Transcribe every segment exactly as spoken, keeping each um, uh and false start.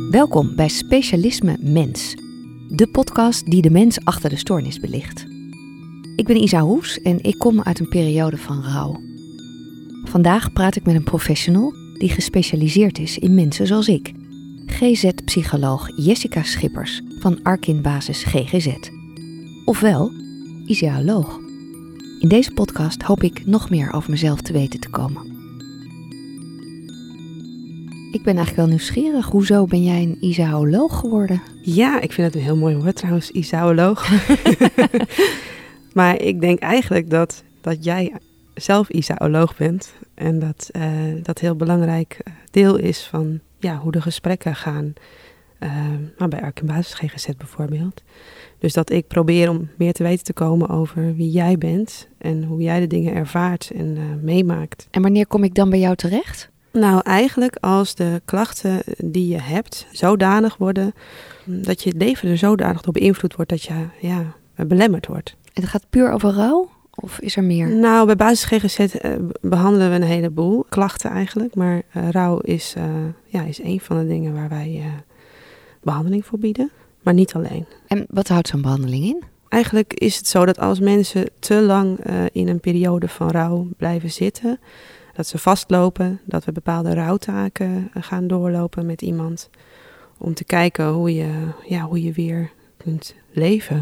Welkom bij Specialisme Mens, de podcast die de mens achter de stoornis belicht. Ik ben Isa Hoes en ik kom uit een periode van rouw. Vandaag praat ik met een professional die gespecialiseerd is in mensen zoals ik. G Z-psycholoog Jessica Schippers van Arkin Basis G G Z. Ofwel, Isaoloog. In deze podcast hoop ik nog meer over mezelf te weten te komen. Ik ben eigenlijk wel nieuwsgierig. Hoezo ben jij een Isaoloog geworden? Ja, ik vind het een heel mooi woord trouwens, Isaoloog. Maar ik denk eigenlijk dat, dat jij zelf Isaoloog bent. En dat uh, dat heel belangrijk deel is van ja, hoe de gesprekken gaan. Uh, maar bij Arkin Basis G G Z bijvoorbeeld. Dus dat ik probeer om meer te weten te komen over wie jij bent. En hoe jij de dingen ervaart en uh, meemaakt. En wanneer kom ik dan bij jou terecht? Nou, eigenlijk als de klachten die je hebt zodanig worden dat je het leven er zodanig door beïnvloed wordt dat je ja, belemmerd wordt. En het gaat puur over rouw? Of is er meer? Nou, bij Basis G G Z uh, behandelen we een heleboel klachten eigenlijk. Maar uh, rouw is, uh, ja, is een van de dingen waar wij uh, behandeling voor bieden. Maar niet alleen. En wat houdt zo'n behandeling in? Eigenlijk is het zo dat als mensen te lang uh, in een periode van rouw blijven zitten, dat ze vastlopen, dat we bepaalde rouwtaken gaan doorlopen met iemand. Om te kijken hoe je, ja, hoe je weer kunt leven.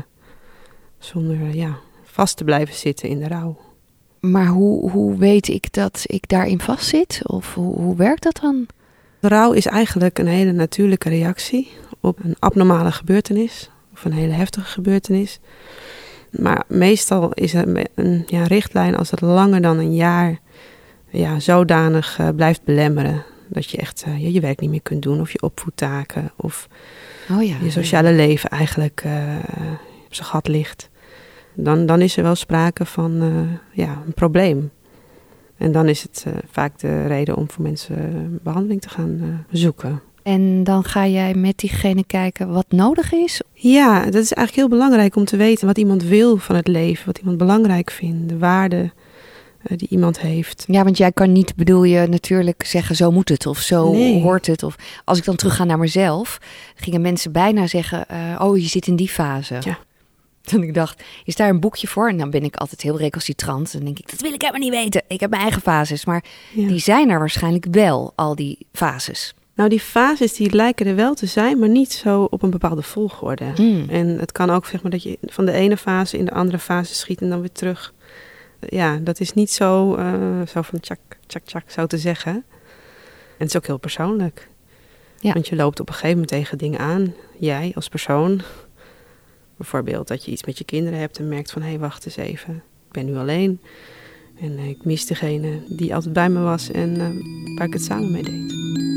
Zonder ja, vast te blijven zitten in de rouw. Maar hoe, hoe weet ik dat ik daarin vastzit? Of hoe, hoe werkt dat dan? Rouw is eigenlijk een hele natuurlijke reactie op een abnormale gebeurtenis. Of een hele heftige gebeurtenis. Maar meestal is er een ja, richtlijn als het langer dan een jaar ja, zodanig uh, blijft belemmeren. Dat je echt uh, je, je werk niet meer kunt doen. Of je opvoedtaken. Of oh ja, je sociale ja. leven eigenlijk uh, op zijn gat ligt. Dan, dan is er wel sprake van uh, ja, een probleem. En dan is het uh, vaak de reden om voor mensen behandeling te gaan uh, zoeken. En dan ga jij met diegene kijken wat nodig is? Ja, dat is eigenlijk heel belangrijk om te weten wat iemand wil van het leven. Wat iemand belangrijk vindt. De waarden uh, die iemand heeft. Ja, want jij kan niet, bedoel je, natuurlijk zeggen zo moet het of zo nee. hoort het. Of als ik dan terug ga naar mezelf, gingen mensen bijna zeggen, uh, oh je zit in die fase. Ja. Toen ik dacht, is daar een boekje voor? En dan ben ik altijd heel recalcitrant. Dan denk ik, dat wil ik helemaal niet weten. Ik heb mijn eigen fases. Maar ja. die zijn er waarschijnlijk wel, al die fases. Nou, die fases die lijken er wel te zijn, maar niet zo op een bepaalde volgorde. Mm. En het kan ook zeg maar dat je van de ene fase in de andere fase schiet en dan weer terug. Ja, dat is niet zo, uh, zo van tjak, tjak, tjak, zo te zeggen. En het is ook heel persoonlijk. Ja. Want je loopt op een gegeven moment tegen dingen aan, jij als persoon. Bijvoorbeeld dat je iets met je kinderen hebt en merkt van, hé, hey, wacht eens even, ik ben nu alleen. En uh, ik mis degene die altijd bij me was en uh, waar ik het samen mee deed.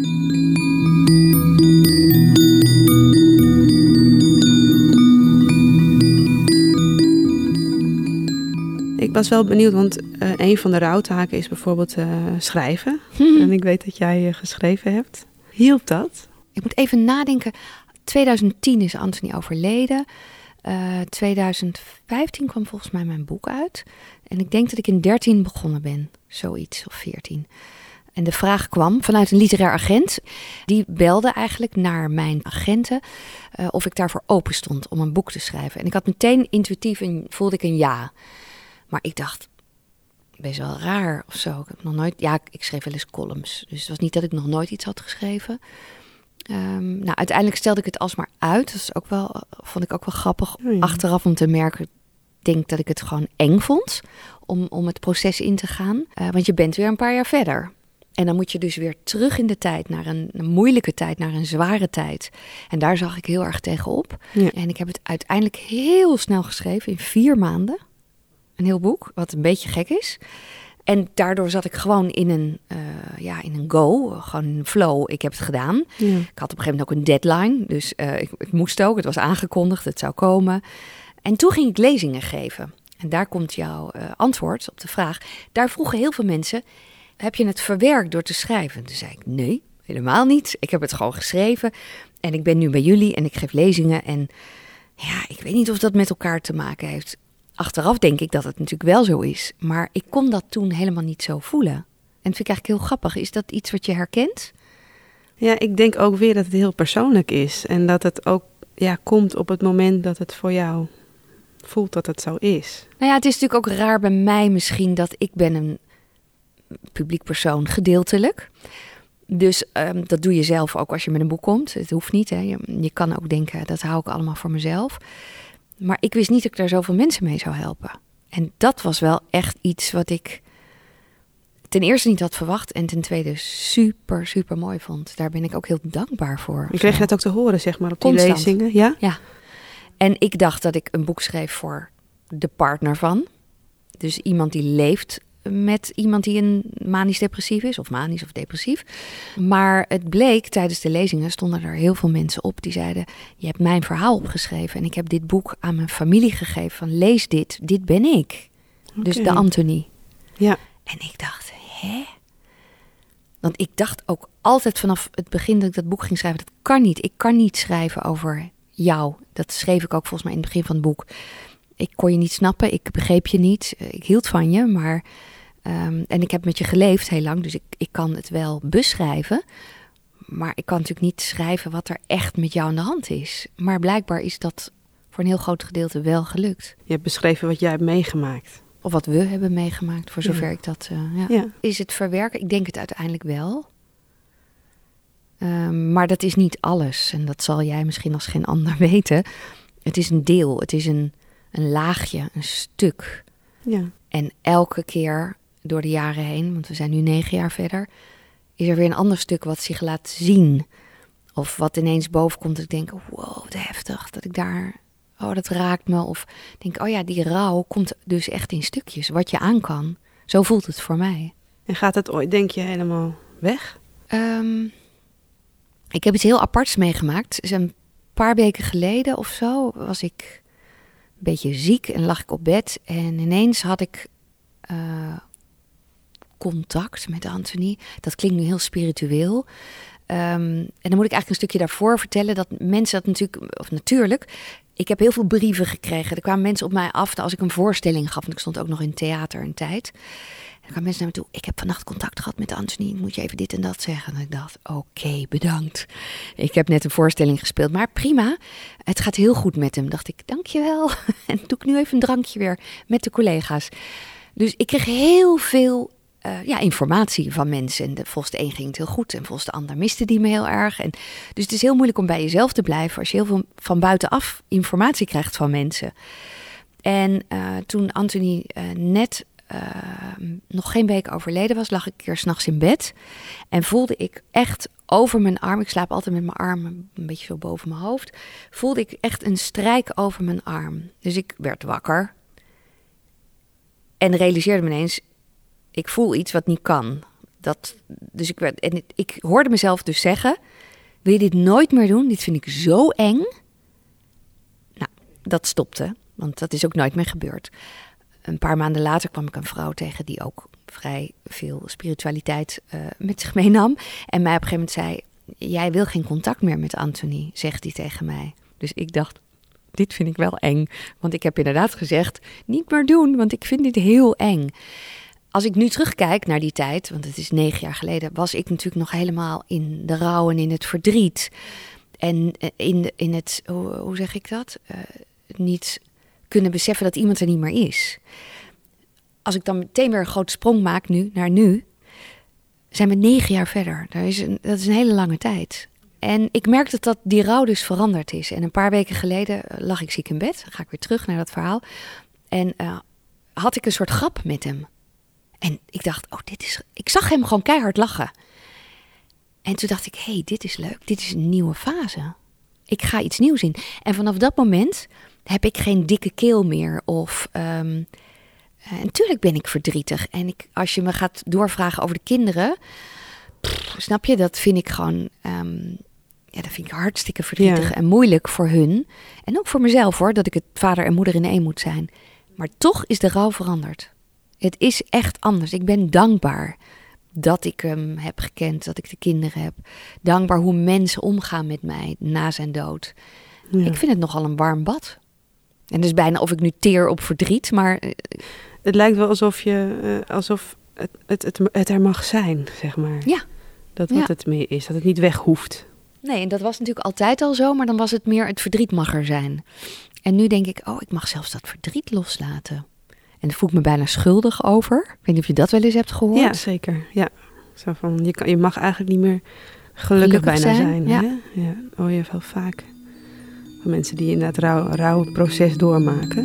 Ik was wel benieuwd, want uh, een van de rouwtaken is bijvoorbeeld uh, schrijven. Hm. En ik weet dat jij uh, geschreven hebt. Hielp dat? Ik moet even nadenken. twintig tien is Anthony overleden. Uh, twintig vijftien kwam volgens mij mijn boek uit. En ik denk dat ik in dertien begonnen ben. Zoiets, of veertien. En de vraag kwam vanuit een literair agent. Die belde eigenlijk naar mijn agenten uh, of ik daarvoor open stond om een boek te schrijven. En ik had meteen intuïtief een, voelde ik een ja. Maar ik dacht, best wel raar of zo. Ik heb nog nooit, ja, ik schreef wel eens columns. Dus het was niet dat ik nog nooit iets had geschreven. Um, nou, uiteindelijk stelde ik het alsmaar uit. Dat is ook wel, vond ik ook wel grappig oh ja. achteraf om te merken. Ik denk dat ik het gewoon eng vond om, om het proces in te gaan. Uh, want je bent weer een paar jaar verder. En dan moet je dus weer terug in de tijd, naar een, een moeilijke tijd, naar een zware tijd. En daar zag ik heel erg tegenop. Ja. En ik heb het uiteindelijk heel snel geschreven, in vier maanden. Een heel boek, wat een beetje gek is. En daardoor zat ik gewoon in een, uh, ja, in een go, gewoon een flow. Ik heb het gedaan. Ja. Ik had op een gegeven moment ook een deadline. Dus uh, ik, het moest ook, het was aangekondigd, het zou komen. En toen ging ik lezingen geven. En daar komt jouw uh, antwoord op de vraag. Daar vroegen heel veel mensen, heb je het verwerkt door te schrijven? Toen zei ik, nee, helemaal niet. Ik heb het gewoon geschreven. En ik ben nu bij jullie en ik geef lezingen. En ja, ik weet niet of dat met elkaar te maken heeft. Achteraf denk ik dat het natuurlijk wel zo is. Maar ik kon dat toen helemaal niet zo voelen. En dat vind ik eigenlijk heel grappig. Is dat iets wat je herkent? Ja, ik denk ook weer dat het heel persoonlijk is. En dat het ook ja, komt op het moment dat het voor jou voelt dat het zo is. Nou ja, het is natuurlijk ook raar bij mij misschien dat ik ben een publiek persoon gedeeltelijk. Dus um, dat doe je zelf ook als je met een boek komt. Het hoeft niet, hè. Je, je kan ook denken, dat hou ik allemaal voor mezelf. Maar ik wist niet dat ik daar zoveel mensen mee zou helpen. En dat was wel echt iets wat ik ten eerste niet had verwacht en ten tweede super, super mooi vond. Daar ben ik ook heel dankbaar voor. Je kreeg je dat ook te horen, zeg maar, op die Constant. lezingen? Ja? Ja. En ik dacht dat ik een boek schreef voor de partner van. Dus iemand die leeft met iemand die een manisch depressief is, of manisch of depressief. Maar het bleek, tijdens de lezingen stonden er heel veel mensen op die zeiden, je hebt mijn verhaal opgeschreven en ik heb dit boek aan mijn familie gegeven van lees dit, dit ben ik. Okay. Dus de Anthony. Ja. En ik dacht, hè? Want ik dacht ook altijd vanaf het begin dat ik dat boek ging schrijven, dat kan niet. Ik kan niet schrijven over jou. Dat schreef ik ook volgens mij in het begin van het boek. Ik kon je niet snappen, ik begreep je niet. Ik hield van je, maar um, en ik heb met je geleefd heel lang, dus ik, ik kan het wel beschrijven. Maar ik kan natuurlijk niet schrijven wat er echt met jou aan de hand is. Maar blijkbaar is dat voor een heel groot gedeelte wel gelukt. Je hebt beschreven wat jij hebt meegemaakt. Of wat we hebben meegemaakt, voor zover ja. ik dat... Uh, ja. Ja. Is het verwerken? Ik denk het uiteindelijk wel. Um, maar dat is niet alles. En dat zal jij misschien als geen ander weten. Het is een deel, het is een, een laagje, een stuk. Ja. En elke keer door de jaren heen, want we zijn nu negen jaar verder, is er weer een ander stuk wat zich laat zien. Of wat ineens boven komt dat ik denk, wow, wat heftig, dat ik daar... Oh, dat raakt me. Of denk, oh ja, die rouw komt dus echt in stukjes. Wat je aan kan. Zo voelt het voor mij. En gaat het ooit, denk je, helemaal weg? Um, ik heb iets heel aparts meegemaakt. Dus een paar weken geleden of zo was ik een beetje ziek en lag ik op bed. En ineens had ik uh, contact met Anthony. Dat klinkt nu heel spiritueel. Um, en dan moet ik eigenlijk een stukje daarvoor vertellen dat mensen dat natuurlijk, of natuurlijk... Ik heb heel veel brieven gekregen. Er kwamen mensen op mij af als ik een voorstelling gaf. Want ik stond ook nog in theater een tijd. En er kwamen mensen naar me toe. Ik heb vannacht contact gehad met Anthony. Moet je even dit en dat zeggen? En ik dacht, oké, okay, bedankt. Ik heb net een voorstelling gespeeld. Maar prima, het gaat heel goed met hem. Dacht ik, dankjewel. En doe ik nu even een drankje weer met de collega's. Dus ik kreeg heel veel uh, ja, informatie van mensen. En de, volgens de een ging het heel goed. En volgens de ander miste die me heel erg. En, dus het is heel moeilijk om bij jezelf te blijven als je heel veel van buitenaf informatie krijgt van mensen. En uh, toen Anthony uh, net uh, nog geen week overleden was, lag ik een keer 's nachts in bed. En voelde ik echt over mijn arm, ik slaap altijd met mijn arm een beetje zo boven mijn hoofd, voelde ik echt een strijk over mijn arm. Dus ik werd wakker en realiseerde me ineens, ik voel iets wat niet kan. Dat, dus ik, werd, en ik hoorde mezelf dus zeggen, wil je dit nooit meer doen? Dit vind ik zo eng. Nou, dat stopte, want dat is ook nooit meer gebeurd. Een paar maanden later kwam ik een vrouw tegen die ook vrij veel spiritualiteit uh, met zich meenam. En mij op een gegeven moment zei, jij wil geen contact meer met Anthony, zegt hij tegen mij. Dus ik dacht, dit vind ik wel eng. Want ik heb inderdaad gezegd, niet meer doen, want ik vind dit heel eng. Als ik nu terugkijk naar die tijd, want het is negen jaar geleden, was ik natuurlijk nog helemaal in de rouw en in het verdriet. En in, de, in het, hoe, hoe zeg ik dat? Uh, niet kunnen beseffen dat iemand er niet meer is. Als ik dan meteen weer een grote sprong maak nu naar nu, zijn we negen jaar verder. Dat is een, dat is een hele lange tijd. En ik merk dat, dat die rouw dus veranderd is. En een paar weken geleden lag ik ziek in bed. Dan ga ik weer terug naar dat verhaal. En uh, had ik een soort grap met hem. En ik dacht, oh, dit is... Ik zag hem gewoon keihard lachen. En toen dacht ik, hé, hey, dit is leuk. Dit is een nieuwe fase. Ik ga iets nieuws in. En vanaf dat moment heb ik geen dikke keel meer. Of... Um, uh, natuurlijk ben ik verdrietig. En ik, als je me gaat doorvragen over de kinderen... Pff, snap je, dat vind ik gewoon... Um, ja, dat vind ik hartstikke verdrietig ja. en moeilijk voor hun. En ook voor mezelf, hoor. Dat ik het vader en moeder in één moet zijn. Maar toch is de rouw veranderd. Het is echt anders. Ik ben dankbaar dat ik hem heb gekend, dat ik de kinderen heb. Dankbaar hoe mensen omgaan met mij na zijn dood. Ja. Ik vind het nogal een warm bad. En het is bijna of ik nu teer op verdriet, maar... Het lijkt wel alsof, je, uh, alsof het, het, het, het er mag zijn, zeg maar. Ja. Dat Ja. wat het meer is, dat het niet weg hoeft. Nee, en dat was natuurlijk altijd al zo, maar dan was het meer het verdriet mag er zijn. En nu denk ik, oh, ik mag zelfs dat verdriet loslaten. En daar voel ik me bijna schuldig over. Ik weet niet of je dat wel eens hebt gehoord. Ja, zeker. Ja. Zo van, je, kan, je mag eigenlijk niet meer gelukkig, Gelukkig bijna zijn, zijn. ja. Hè? Ja, dat hoor je wel vaak. Van mensen die inderdaad rouw, rouwproces doormaken.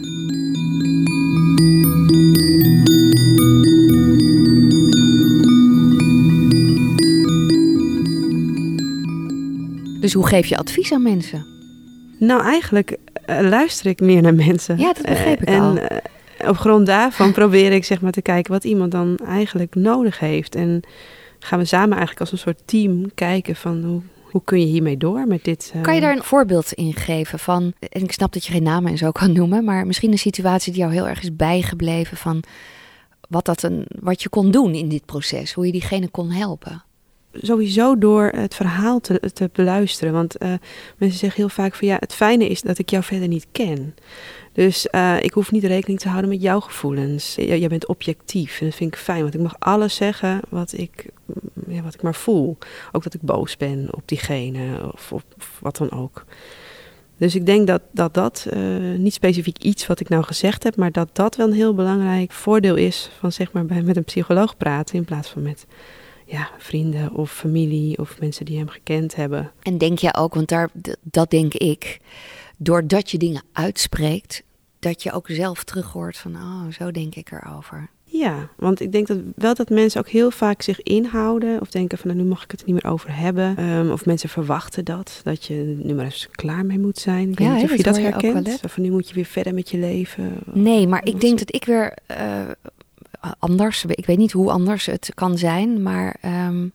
Dus hoe geef je advies aan mensen? Nou, eigenlijk uh, luister ik meer naar mensen. Ja, dat begreep ik uh, en, al. Uh, op grond daarvan probeer ik zeg maar te kijken wat iemand dan eigenlijk nodig heeft. En gaan we samen eigenlijk als een soort team kijken van hoe, hoe kun je hiermee door met dit. Uh... Kan je daar een voorbeeld in geven van, en ik snap dat je geen namen en zo kan noemen, maar misschien een situatie die jou heel erg is bijgebleven van wat, dat een, wat je kon doen in dit proces, hoe je diegene kon helpen? Sowieso door het verhaal te, te beluisteren. Want uh, mensen zeggen heel vaak van ja, het fijne is dat ik jou verder niet ken. Dus uh, ik hoef niet rekening te houden met jouw gevoelens. J- jij bent objectief en dat vind ik fijn. Want ik mag alles zeggen wat ik, ja, wat ik maar voel. Ook dat ik boos ben op diegene of, of, of wat dan ook. Dus ik denk dat dat, dat uh, niet specifiek iets wat ik nou gezegd heb, maar dat dat wel een heel belangrijk voordeel is van zeg maar bij, met een psycholoog praten in plaats van met ja, vrienden of familie of mensen die hem gekend hebben. En denk jij ook, want daar, d- dat denk ik, doordat je dingen uitspreekt, dat je ook zelf terug hoort van, oh, zo denk ik erover. Ja, want ik denk dat wel dat mensen ook heel vaak zich inhouden of denken van, nou, nu mag ik het er niet meer over hebben. Um, of mensen verwachten dat, dat je nu maar eens klaar mee moet zijn. Ik weet Ja, niet of hè, je dat dat hoor je ook herkent. wel, hè? Van nu moet je weer verder met je leven. Nee, maar ik denk dat ik weer uh, anders, ik weet niet hoe anders het kan zijn, maar um,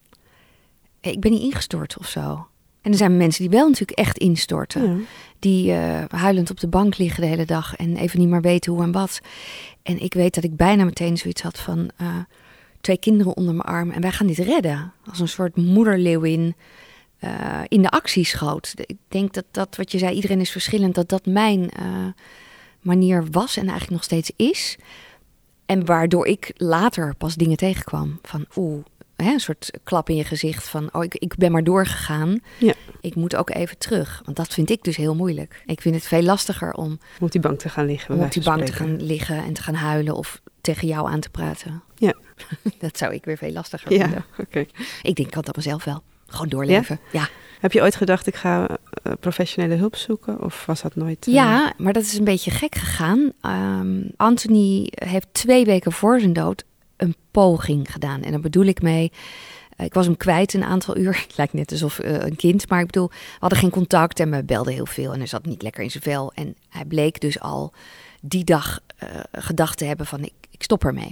ik ben niet ingestort of zo. En er zijn mensen die wel natuurlijk echt instorten. Ja. Die uh, huilend op de bank liggen de hele dag en even niet meer weten hoe en wat. En ik weet dat ik bijna meteen zoiets had van uh, twee kinderen onder mijn arm en wij gaan dit redden. Als een soort moederleeuwin uh, in de actie schoot. Ik denk dat dat wat je zei, iedereen is verschillend, dat dat mijn uh, manier was en eigenlijk nog steeds is. En waardoor ik later pas dingen tegenkwam van oeh, hè, een soort klap in je gezicht van oh, ik, ik ben maar doorgegaan. Ja. Ik moet ook even terug. Want dat vind ik dus heel moeilijk. Ik vind het veel lastiger om, om op die bank te gaan liggen. Om op die bank te gaan liggen en te gaan huilen of tegen jou aan te praten. Ja. Dat zou ik weer veel lastiger ja, vinden. Okay. Ik denk, ik kan dat mezelf wel. Gewoon doorleven. Ja? Ja. Heb je ooit gedacht, ik ga uh, professionele hulp zoeken? Of was dat nooit? Uh... Ja, maar dat is een beetje gek gegaan. Um, Anthony heeft twee weken voor zijn dood een poging gedaan. En daar bedoel ik mee, uh, ik was hem kwijt een aantal uur. Het lijkt net alsof uh, een kind, maar ik bedoel, we hadden geen contact en we belden heel veel. En hij zat niet lekker in zijn vel. En hij bleek dus al die dag uh, gedacht te hebben van ik, ik stop ermee.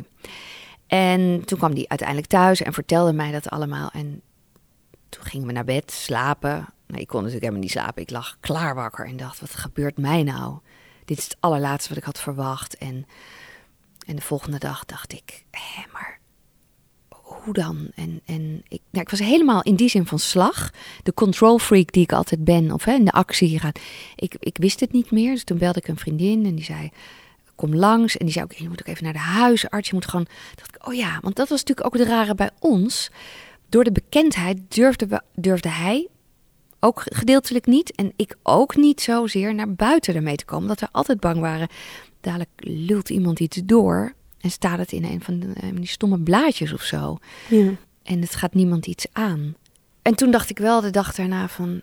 En toen kwam hij uiteindelijk thuis en vertelde mij dat allemaal. En toen gingen we naar bed, slapen. Nee, ik kon natuurlijk helemaal niet slapen. Ik lag klaar wakker en dacht, wat gebeurt mij nou? Dit is het allerlaatste wat ik had verwacht. En, en de volgende dag dacht ik, hé, maar hoe dan? En, en ik, nou, ik was helemaal in die zin van slag. De control freak die ik altijd ben, of hè, in de actie gaat. Ik, ik wist het niet meer, dus toen belde ik een vriendin en die zei, kom langs. En die zei ook, je moet ook even naar de huisarts. Je moet gewoon, dacht ik, oh ja, want dat was natuurlijk ook het rare bij ons. Door de bekendheid durfde, we, durfde hij ook gedeeltelijk niet. En ik ook niet zozeer naar buiten ermee te komen. Omdat we altijd bang waren. Dadelijk lult iemand iets door. En staat het in een van de, uh, die stomme blaadjes of zo. Ja. En het gaat niemand iets aan. En toen dacht ik wel de dag daarna van,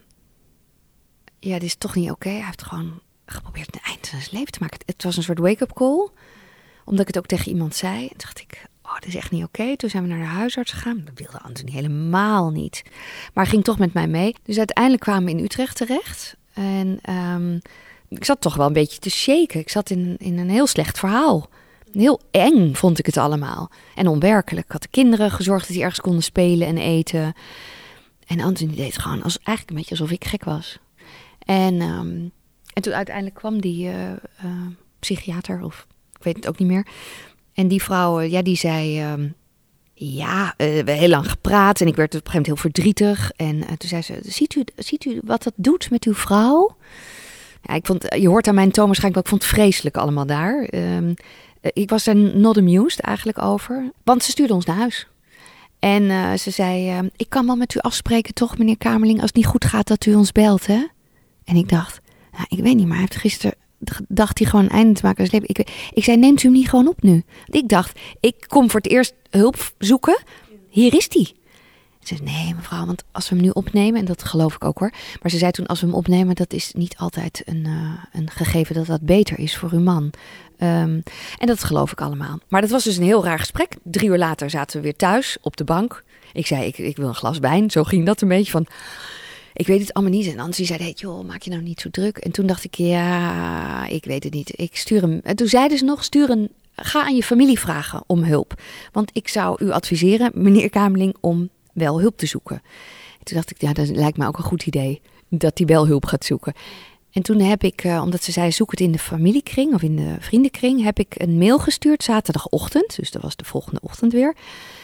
ja, dit is toch niet oké. Okay. Hij heeft gewoon geprobeerd een eind aan zijn leven te maken. Het was een soort wake-up call. Omdat ik het ook tegen iemand zei. En dacht ik, oh, dit is echt niet oké. Okay. Toen zijn we naar de huisarts gegaan. Dat wilde Anthony helemaal niet. Maar hij ging toch met mij mee. Dus uiteindelijk kwamen we in Utrecht terecht. En um, ik zat toch wel een beetje te shaken. Ik zat in, in een heel slecht verhaal. Heel eng vond ik het allemaal. En onwerkelijk. Ik had de kinderen gezorgd dat die ergens konden spelen en eten. En Anthony deed gewoon als, eigenlijk een beetje alsof ik gek was. En, um, en toen uiteindelijk kwam die uh, uh, psychiater, of ik weet het ook niet meer. En die vrouw, uh, ja, die zei, um, ja, uh, we hebben heel lang gepraat. En ik werd op een gegeven moment heel verdrietig. En uh, toen zei ze, ziet u, ziet u wat dat doet met uw vrouw? Ja, ik vond, je hoort aan mijn toon waarschijnlijk, ik vond het vreselijk allemaal daar. Um, ik was er not amused eigenlijk over. Want ze stuurde ons naar huis. En uh, ze zei, uh, ik kan wel met u afspreken toch, meneer Kamerling, als het niet goed gaat dat u ons belt, hè? En ik dacht, nou, ik weet niet, maar hij heeft gisteren, dacht hij gewoon een einde te maken aan zijn leven. Ik, ik zei, neemt u hem niet gewoon op nu? Ik dacht, ik kom voor het eerst hulp zoeken. Hier is hij. Ze zei, nee mevrouw, want als we hem nu opnemen, en dat geloof ik ook hoor. Maar ze zei toen, als we hem opnemen, dat is niet altijd een, uh, een gegeven dat dat beter is voor uw man. Um, en dat geloof ik allemaal. Maar dat was dus een heel raar gesprek. Drie uur later zaten we weer thuis op de bank. Ik zei, ik, ik wil een glas wijn. Zo ging dat een beetje van, ik weet het allemaal niet. En Annecy zei, hey, joh, maak je nou niet zo druk. En toen dacht ik, ja, ik weet het niet. Ik stuur hem. En toen zeiden ze nog, stuur een, ga aan je familie vragen om hulp. Want ik zou u adviseren, meneer Kamerling, om wel hulp te zoeken. En toen dacht ik, ja, dat lijkt me ook een goed idee, dat hij wel hulp gaat zoeken. En toen heb ik, uh, omdat ze zei, zoek het in de familiekring of in de vriendenkring, heb ik een mail gestuurd zaterdagochtend, dus dat was de volgende ochtend weer,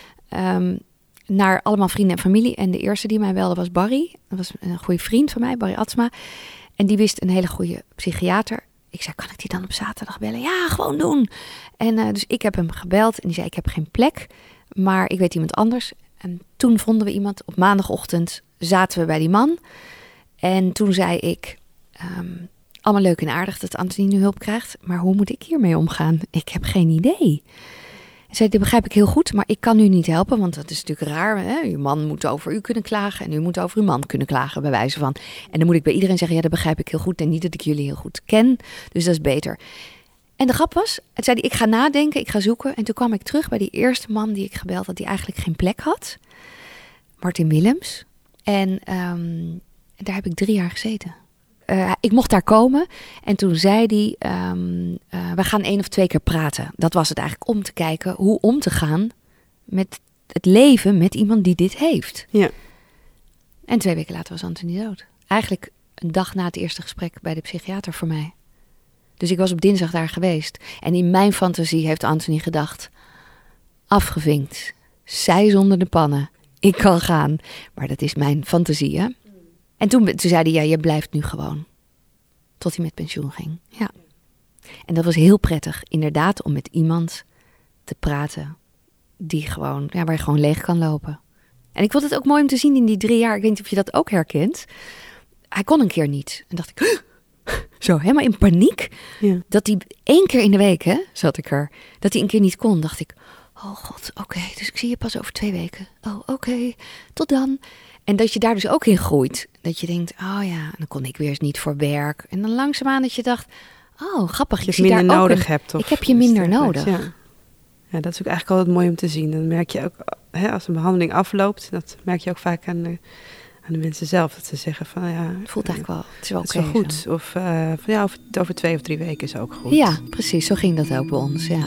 um, naar allemaal vrienden en familie. En de eerste die mij belde was Barry. Dat was een goede vriend van mij, Barry Atsma. En die wist een hele goede psychiater. Ik zei, kan ik die dan op zaterdag bellen? Ja, gewoon doen. En uh, dus ik heb hem gebeld en die zei, ik heb geen plek, maar ik weet iemand anders. En toen vonden we iemand. Op maandagochtend zaten we bij die man. En toen zei ik, um, allemaal leuk en aardig dat Anthony nu hulp krijgt, maar hoe moet ik hiermee omgaan? Ik heb geen idee. Hij zei, dat begrijp ik heel goed, maar ik kan u niet helpen, want dat is natuurlijk raar. Hè? Uw man moet over u kunnen klagen en u moet over uw man kunnen klagen, bij wijze van. En dan moet ik bij iedereen zeggen, ja, dat begrijp ik heel goed en niet dat ik jullie heel goed ken, dus dat is beter. En de grap was, het zei hij, ik ga nadenken, ik ga zoeken. En toen kwam ik terug bij die eerste man die ik gebeld had, die eigenlijk geen plek had. Martin Willems. En um, daar heb ik drie jaar gezeten. Uh, ik mocht daar komen en toen zei hij, um, uh, we gaan één of twee keer praten. Dat was het eigenlijk, om te kijken hoe om te gaan met het leven met iemand die dit heeft. Ja. En twee weken later was Anthony dood. Eigenlijk een dag na het eerste gesprek bij de psychiater voor mij. Dus ik was op dinsdag daar geweest. En in mijn fantasie heeft Anthony gedacht, afgevinkt, zij zonder de pannen, ik kan gaan. Maar dat is mijn fantasie, hè? En toen, toen zei hij, ja, je blijft nu gewoon. Tot hij met pensioen ging, ja. En dat was heel prettig, inderdaad, om met iemand te praten die gewoon, ja, waar je gewoon leeg kan lopen. En ik vond het ook mooi om te zien in die drie jaar, ik weet niet of je dat ook herkent. Hij kon een keer niet. En dacht ik, huh! Zo helemaal in paniek. Ja. Dat hij één keer in de week, hè, zat ik er. Dat hij een keer niet kon, dacht ik, oh god, oké, okay, dus ik zie je pas over twee weken. Oh, oké, okay, tot dan. En dat je daar dus ook in groeit. Dat je denkt, oh ja, en dan kon ik weer eens niet voor werk. En dan langzaamaan dat je dacht, oh, grappig. Je minder daar nodig ook een, hebt. Of ik heb je minder nodig. Ja. Ja, dat is ook eigenlijk altijd mooi om te zien. Dan merk je ook, hè, als een behandeling afloopt, dat merk je ook vaak aan de, aan de mensen zelf. Dat ze zeggen van, ja... Het voelt eigenlijk wel, het is wel, het okay, is wel goed. Zo. Of uh, van, ja, over, over twee of drie weken is ook goed. Ja, precies. Zo ging dat ook bij ons, ja.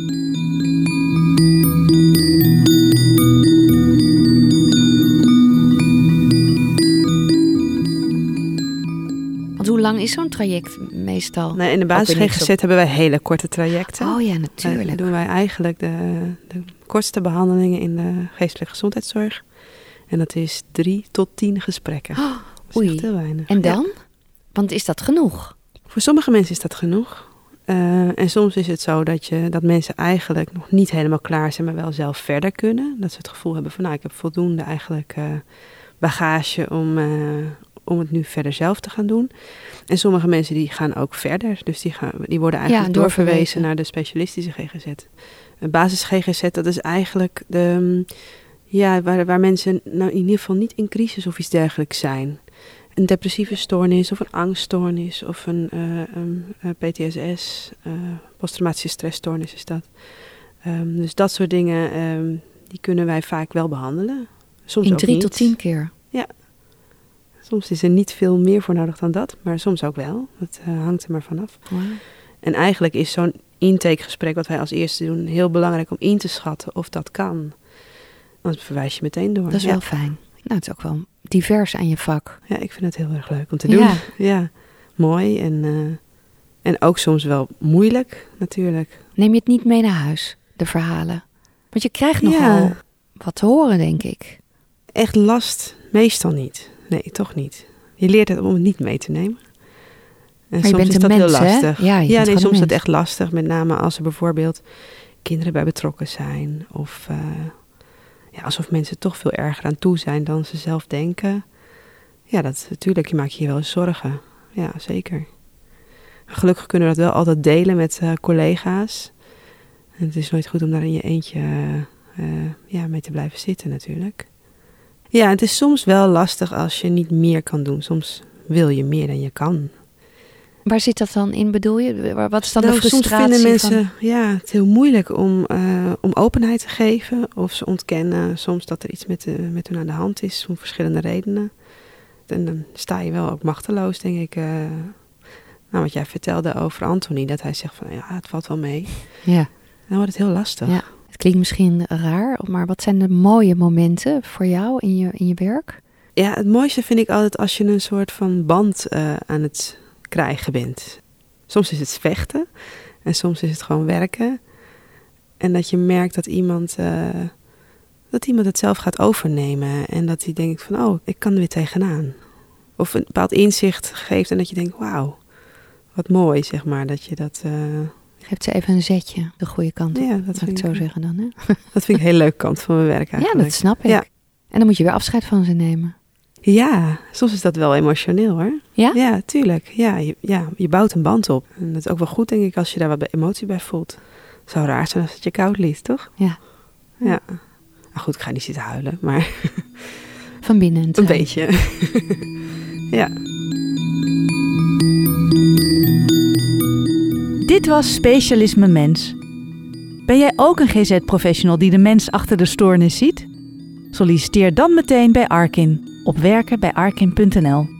Want hoe lang is zo'n traject meestal? Nee, in de basis G G Z op... hebben wij hele korte trajecten. Oh ja, natuurlijk. Dan doen wij eigenlijk de, de kortste behandelingen in de geestelijke gezondheidszorg. En dat is drie tot tien gesprekken. Oh, oei. Dat is echt heel weinig. En dan? Ja. Want is dat genoeg? Voor sommige mensen is dat genoeg. Uh, en soms is het zo dat, je, dat mensen eigenlijk nog niet helemaal klaar zijn, maar wel zelf verder kunnen. Dat ze het gevoel hebben van, nou, ik heb voldoende eigenlijk uh, bagage om, uh, om het nu verder zelf te gaan doen. En sommige mensen die gaan ook verder. Dus die, gaan, die worden eigenlijk ja, doorverwezen, doorverwezen naar de specialistische G G Z. Een basis G G Z, dat is eigenlijk de, ja, waar, waar mensen nou in ieder geval niet in crisis of iets dergelijks zijn. Een depressieve stoornis of een angststoornis of een, uh, een, een P T S S, uh, posttraumatische stressstoornis is dat. Um, dus dat soort dingen, um, die kunnen wij vaak wel behandelen. Soms in ook drie niet. tot tien keer? Ja. Soms is er niet veel meer voor nodig dan dat, maar soms ook wel. Dat uh, hangt er maar vanaf. Wow. En eigenlijk is zo'n intakegesprek wat wij als eerste doen heel belangrijk om in te schatten of dat kan. Anders verwijs je meteen door. Dat is ja. wel fijn. Nou, het is ook wel divers aan je vak. Ja, ik vind het heel erg leuk om te doen. Ja, ja. Mooi en, uh, en ook soms wel moeilijk natuurlijk. Neem je het niet mee naar huis, de verhalen? Want je krijgt nogal ja. wat te horen, denk ik. Echt last? Meestal niet. Nee, toch niet. Je leert het om het niet mee te nemen. En maar soms je bent is dat mens, heel lastig. Hè? Ja, ja nee, soms is het echt lastig. Met name als er bijvoorbeeld kinderen bij betrokken zijn. Of uh, ja, alsof mensen toch veel erger aan toe zijn dan ze zelf denken. Ja, dat natuurlijk, je maakt je hier wel eens zorgen. Ja, zeker. Gelukkig kunnen we dat wel altijd delen met uh, collega's. En het is nooit goed om daar in je eentje uh, uh, ja, mee te blijven zitten natuurlijk. Ja, het is soms wel lastig als je niet meer kan doen. Soms wil je meer dan je kan. Waar zit dat dan in, bedoel je? Wat is dan nou, de frustratie? Soms vinden mensen van... ja, het heel moeilijk om, uh, om openheid te geven. Of ze ontkennen soms dat er iets met, uh, met hun aan de hand is, om verschillende redenen. En dan sta je wel ook machteloos, denk ik. Uh, nou, wat jij vertelde over Anthony, dat hij zegt van, ja, het valt wel mee. Ja. Dan wordt het heel lastig. Ja. Het klinkt misschien raar, maar wat zijn de mooie momenten voor jou in je, in je werk? Ja, het mooiste vind ik altijd als je een soort van band uh, aan het krijgen bent. Soms is het vechten en soms is het gewoon werken. En dat je merkt dat iemand, uh, dat iemand het zelf gaat overnemen. En dat hij denkt van, oh, ik kan er weer tegenaan. Of een bepaald inzicht geeft en dat je denkt, wauw, wat mooi, zeg maar. Dat je dat... Uh... Geeft ze even een zetje, de goede kant op. Ja, dat vind ik zo zeggen dan. Hè? Dat vind ik een hele leuke kant van mijn werk eigenlijk. Ja, dat snap ik. Ja. En dan moet je weer afscheid van ze nemen. Ja, soms is dat wel emotioneel hoor. Ja? Ja, tuurlijk. Ja je, ja, je bouwt een band op. En dat is ook wel goed, denk ik, als je daar wat emotie bij voelt. Het zou raar zijn als het je koud liet, toch? Ja. Ja. Nou goed, ik ga niet zitten huilen, maar... Van binnen een Een beetje. Ja. Dit was Specialisme Mens. Ben jij ook een G Z-professional die de mens achter de stoornis ziet? Solliciteer dan meteen bij Arkin op werken bij arkin punt n l.